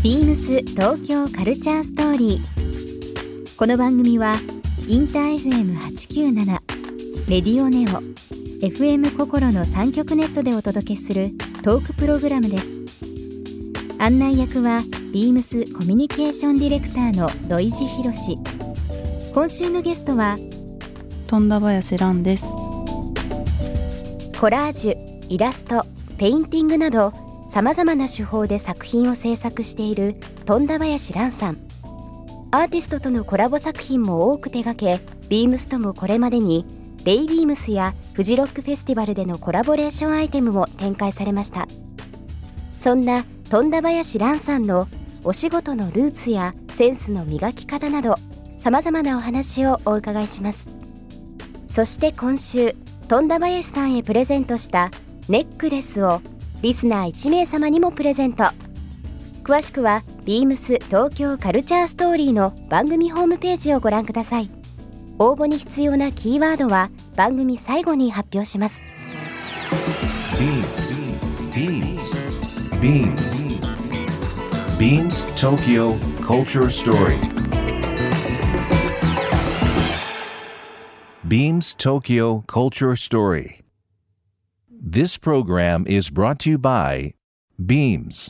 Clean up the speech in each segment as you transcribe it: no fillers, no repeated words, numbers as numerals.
ビームス東京カルチャーストーリー。この番組はインター FM897 レディオネオ FM 心の3極ネットでお届けするトークプログラムです。案内役はビームスコミュニケーションディレクターの土井博志。今週のゲストは富田林蘭です。 コラージュ、イラスト、ペインティングなどさまざまな手法で作品を制作している富田林蘭さん。アーティストとのコラボ作品も多く手掛け、ビームスともこれまでにレイビームスやフジロックフェスティバルでのコラボレーションアイテムも展開されました。そんな富田林蘭さんのお仕事のルーツやセンスの磨き方などさまざまなお話をお伺いします。そして今週富田林さんへプレゼントしたネックレスをリスナー1名様にもプレゼント。詳しくはビームス東京カルチャーストーリーの番組ホームページをご覧ください。応募に必要なキーワードは番組最後に発表します。 Beams Tokyo Culture Story. Beams Tokyo Culture Story. This program is brought to you by Beams.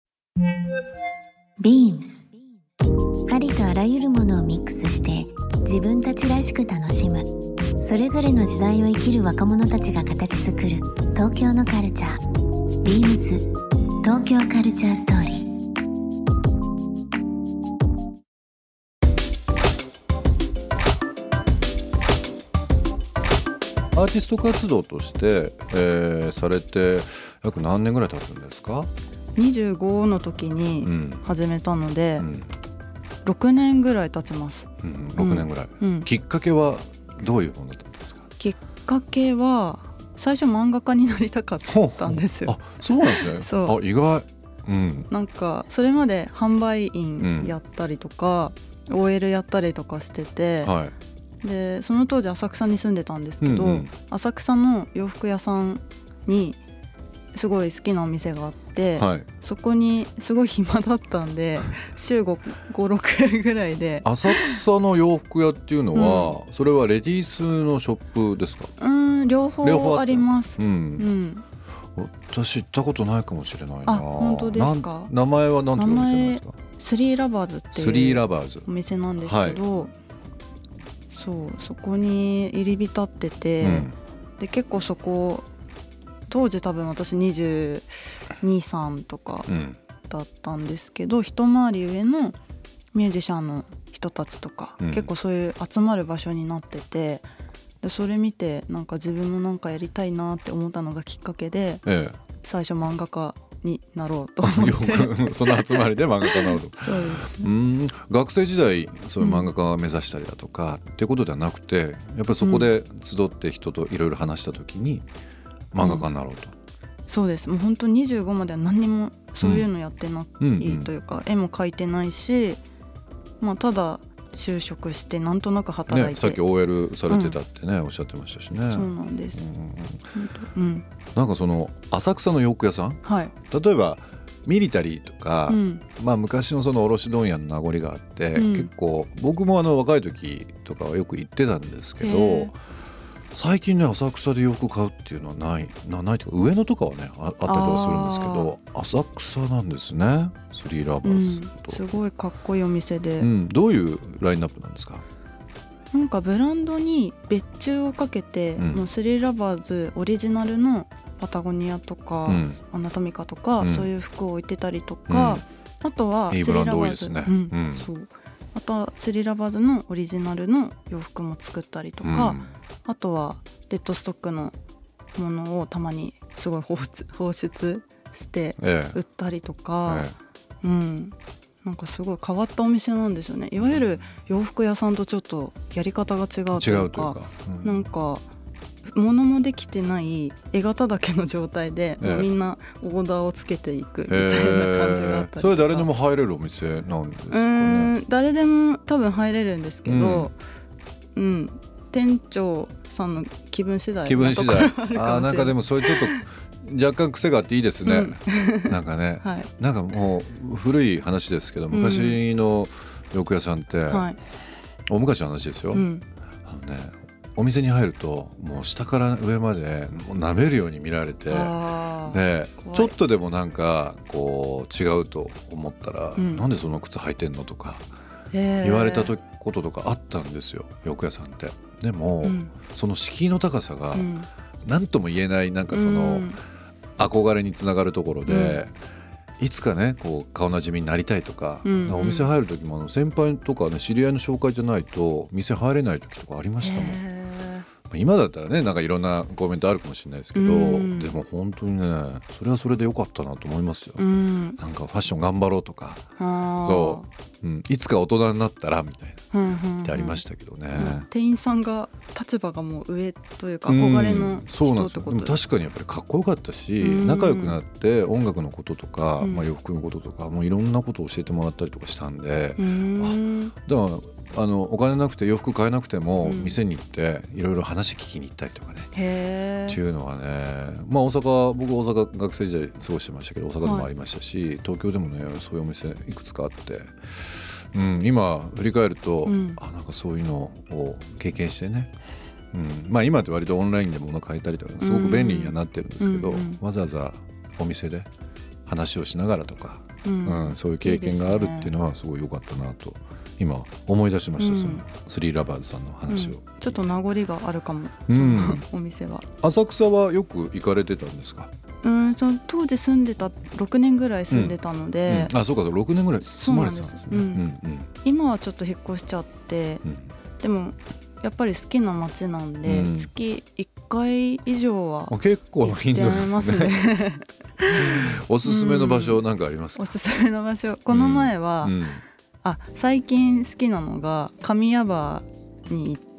Beams ありとあらゆるものをミックスして自分たちらしく楽しむ、それぞれの時代を生きる若者たちが形作る東京のカルチャー。 Beams 東京カルチャーストーリー。 アーティスト活動として、されて約何年ぐらい経つんですか 25の時に始めたので、6年ぐらい経ちます、 6年ぐらい、きっかけはどういうものだったんですか？ きっかけは最初漫画家になりたかったんですよ。 あ、そうなんですね。 そう、 あ、意外。 なんかそれまで販売員やったりとか、OL やったりとかしてて、でその当時浅草に住んでたんですけど、浅草の洋服屋さんにすごい好きなお店があって、そこにすごい暇だったんで週5、6ぐらいで。 浅草の洋服屋っていうのは、それはレディースのショップですか？ 両方あります。 私行ったことないかもしれないな。 あ、本当ですか？ 名前は何ていうお店なんですか？ スリーラバーズっていうお店なんですけど、そこに入り浸ってて、で結構そこ当時多分私22、3とかだったんですけど、一回り上のミュージシャンの人たちとか、結構そういう集まる場所になってて、でそれ見てなんか自分もなんかやりたいなって思ったのがきっかけで、最初漫画家になろうと思ってその集まりで漫画家になろうとそうですね。 学生時代そういう漫画家を目指したりだとか、っていうことではなくて、やっぱりそこで集って人といろいろ話した時に漫画家になろうと、 そうです。もう本当に25までは何にもそういうのやってないというか、絵も描いてないし、ただ就職してなんとなく働いて、 さっき OL されてたってね、おっしゃってましたしね。 そうなんです、 なんかその浅草の洋服屋さん、例えばミリタリーとか、昔のその卸問屋の名残があって、結構僕も若い時とかはよく行ってたんですけど、最近ね浅草で洋服買うっていうのはないというか、上野とかはね あったりとかするんですけど、浅草なんですね、スリーラバーズと、 すごいかっこいいお店で、 どういうラインナップなんですか？ なんかブランドに別注をかけて、もうスリーラバーズオリジナルのパタゴニアとか、アナトミカとか、そういう服を置いてたりとか、あとはスリーラバーズ、そうあとはスリーラバーズのオリジナルの洋服も作ったりとか、あとはデッドストックのものをたまにすごい放出して売ったりとか、なんかすごい変わったお店なんですよね。いわゆる洋服屋さんとちょっとやり方が違うというか、なんか物もできてない絵型だけの状態で、もうみんなオーダーをつけていくみたいな感じがあったりとか、 それ誰でも入れるお店なんですかね？ 誰でも多分入れるんですけど、店長さんの気分次第なところあるかもしれない。 なんかでもそれちょっと若干癖があっていいですね、なんかね、なんかもう古い話ですけど、昔の洋服屋さんって、大昔の話ですよ、お店に入るともう下から上までもう舐めるように見られて、でちょっとでもなんかこう違うと思ったら、なんでその靴履いてんのとか言われたこととかあったんですよ、洋服屋さんって。でも、その敷居の高さが何とも言えない、なんかその憧れにつながるところで、いつかねこう顔なじみになりたいとか、お店入る時も先輩とかね知り合いの紹介じゃないと店入れない時とかありましたもん。今だったらねなんかいろんなコメントあるかもしれないですけど、でも本当にねそれはそれで良かったなと思いますよ、なんかファッション頑張ろうとか、そう、いつか大人になったらみたいなってありましたけどね、 店員さんが立場がもう上というか憧れの人ってことで、 でも確かにやっぱりかっこよかったし、仲良くなって音楽のこととか、洋服のこととかもういろんなことを教えてもらったりとかしたんで、だからお金なくて洋服買えなくても店に行っていろいろ話聞きに行ったりとかね、っていうのはね、僕大阪学生時代過ごしてましたけど大阪でもありましたし、東京でもねそういうお店いくつかあって、今振り返ると、なんかそういうのを経験してね、今って割とオンラインで物買えたりとかすごく便利にはなってるんですけど、わざわざお店で話をしながらとか、そういう経験があるっていうのはすごい良かったなと今思い出しました、そのスリーラバーズさんの話を、 ちょっと名残があるかも、そのお店は。 浅草はよく行かれてたんですか？ その当時住んでた6年ぐらい住んでたので、 そうか6年ぐらい住まれてたんですね。 今はちょっと引っ越しちゃって、でもやっぱり好きな街なんで、月1回以上は結構の頻度ですね。おすすめの場所なんかありますか？ おすすめの場所、この前は、最近好きなのが神谷バーに行って、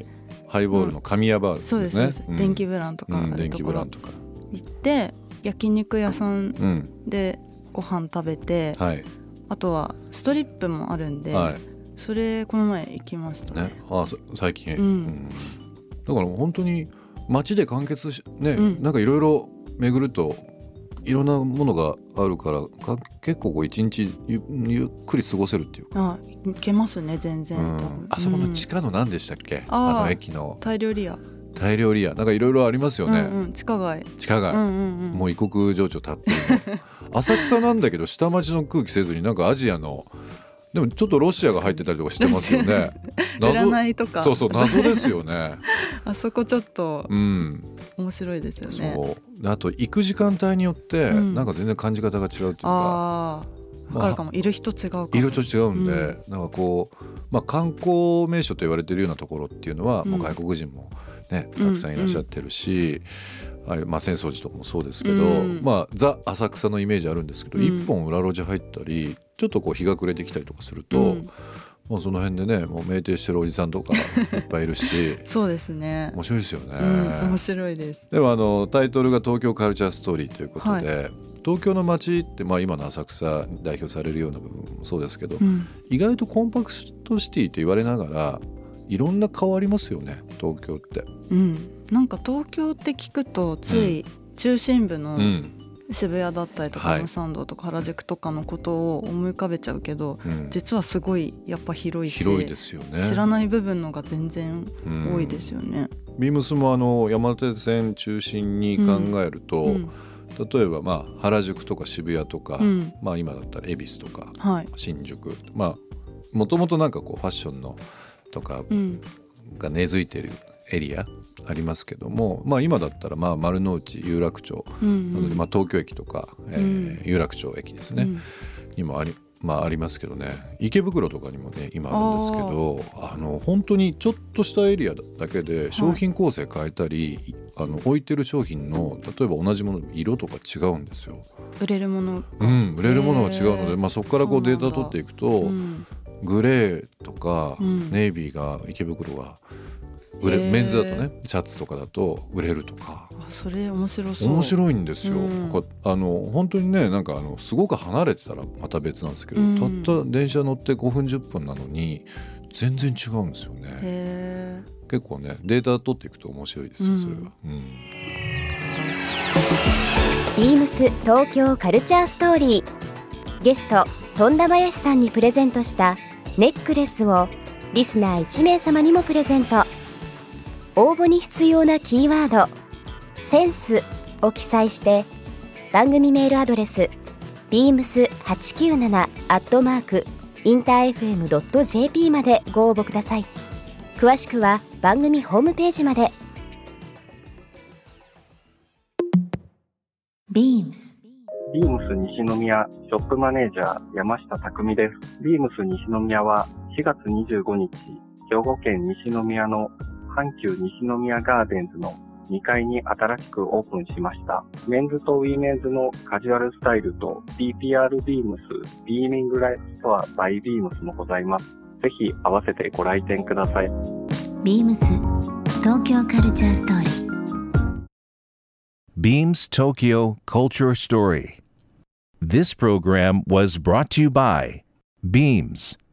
ハイボールの神谷バーですね。 そうです、電気ブランとかあるところ行って焼肉屋さんでご飯食べて、あとはストリップもあるんで、それこの前行きましたね。 最近、だから本当に街で完結しね、なんかいろいろ巡るといろんなものがあるから結構一日ゆっくり過ごせるっていうか、 行けますね全然、 あそこの地下の何でしたっけ、駅のタイ料理屋なんかいろいろありますよね、 地下街、 もう異国情緒たっぷりの浅草なんだけど下町の空気せずになんかアジアのでもちょっとロシアが入ってたりとかしてますよね。 占いとかそう謎ですよね。 あそこちょっと面白いですよね。 あと行く時間帯によってなんか全然感じ方が違うというか、 分かるかも、いる人違うかも、 いる人違うんで、なんかこう、観光名所と言われているようなところっていうのは、外国人もねたくさんいらっしゃってるし、浅草寺とかもそうですけど、ザ・浅草のイメージあるんですけど、一本裏路地入ったりちょっとこう日が暮れてきたりとかすると、もうその辺でねもう酩酊してるおじさんとかいっぱいいるしそうですね、 面白いですよね、 面白いです。 でもタイトルが東京カルチャーストーリーということで、東京の街って、今の浅草に代表されるような部分もそうですけど、意外とコンパクトシティと言われながらいろんな変わりますよね東京って、 なんか東京って聞くとつい中心部の渋谷だったりとか表参道とか原宿とかのことを思い浮かべちゃうけど、実はすごいやっぱ広いし、 広いですよね、 知らない部分のが全然多いですよね。 ビームスも山手線中心に考えると、例えば原宿とか渋谷とか、今だったら恵比寿とか、新宿、もともとなんかこうファッションのとかが根付いてるエリアありますけども、今だったら丸の内有楽町、東京駅とか、有楽町駅ですね、にもありますけどね、池袋とかにもね今あるんですけど、本当にちょっとしたエリアだけで商品構成変えたり、置いてる商品の例えば同じもの色とか違うんですよ。 売れるものが違うので、そこからこうデータ取っていくと、グレーとか、ネイビーが池袋はメンズだとねシャツとかだと売れるとか、 それ面白そう。 面白いんですよ、本当にねなんかすごく離れてたらまた別なんですけど、たった電車乗って5分10分なのに全然違うんですよね。結構ねデータ取っていくと面白いですよ、それは。 ビームス東京カルチャーストーリー。ゲスト富田林さんにプレゼントしたネックレスをリスナー1名様にもプレゼント。応募に必要なキーワードセンスを記載して番組メールアドレス beams897@interfm.jp までご応募ください。詳しくは番組ホームページまで。 ビームス西宮ショップマネージャー山下匠です。ビームス西宮は4月25日、兵庫県西宮の阪急西宮ガーデンズの2階に新しくオープンしました。メンズとウィメンズのカジュアルスタイルと PPR ビームスビーミングライフストアバイビームスもございます。ぜひ合わせてご来店ください。 ビームス東京カルチャーストーリー。 Beams Tokyo Culture Story. This program was brought to you by Beams.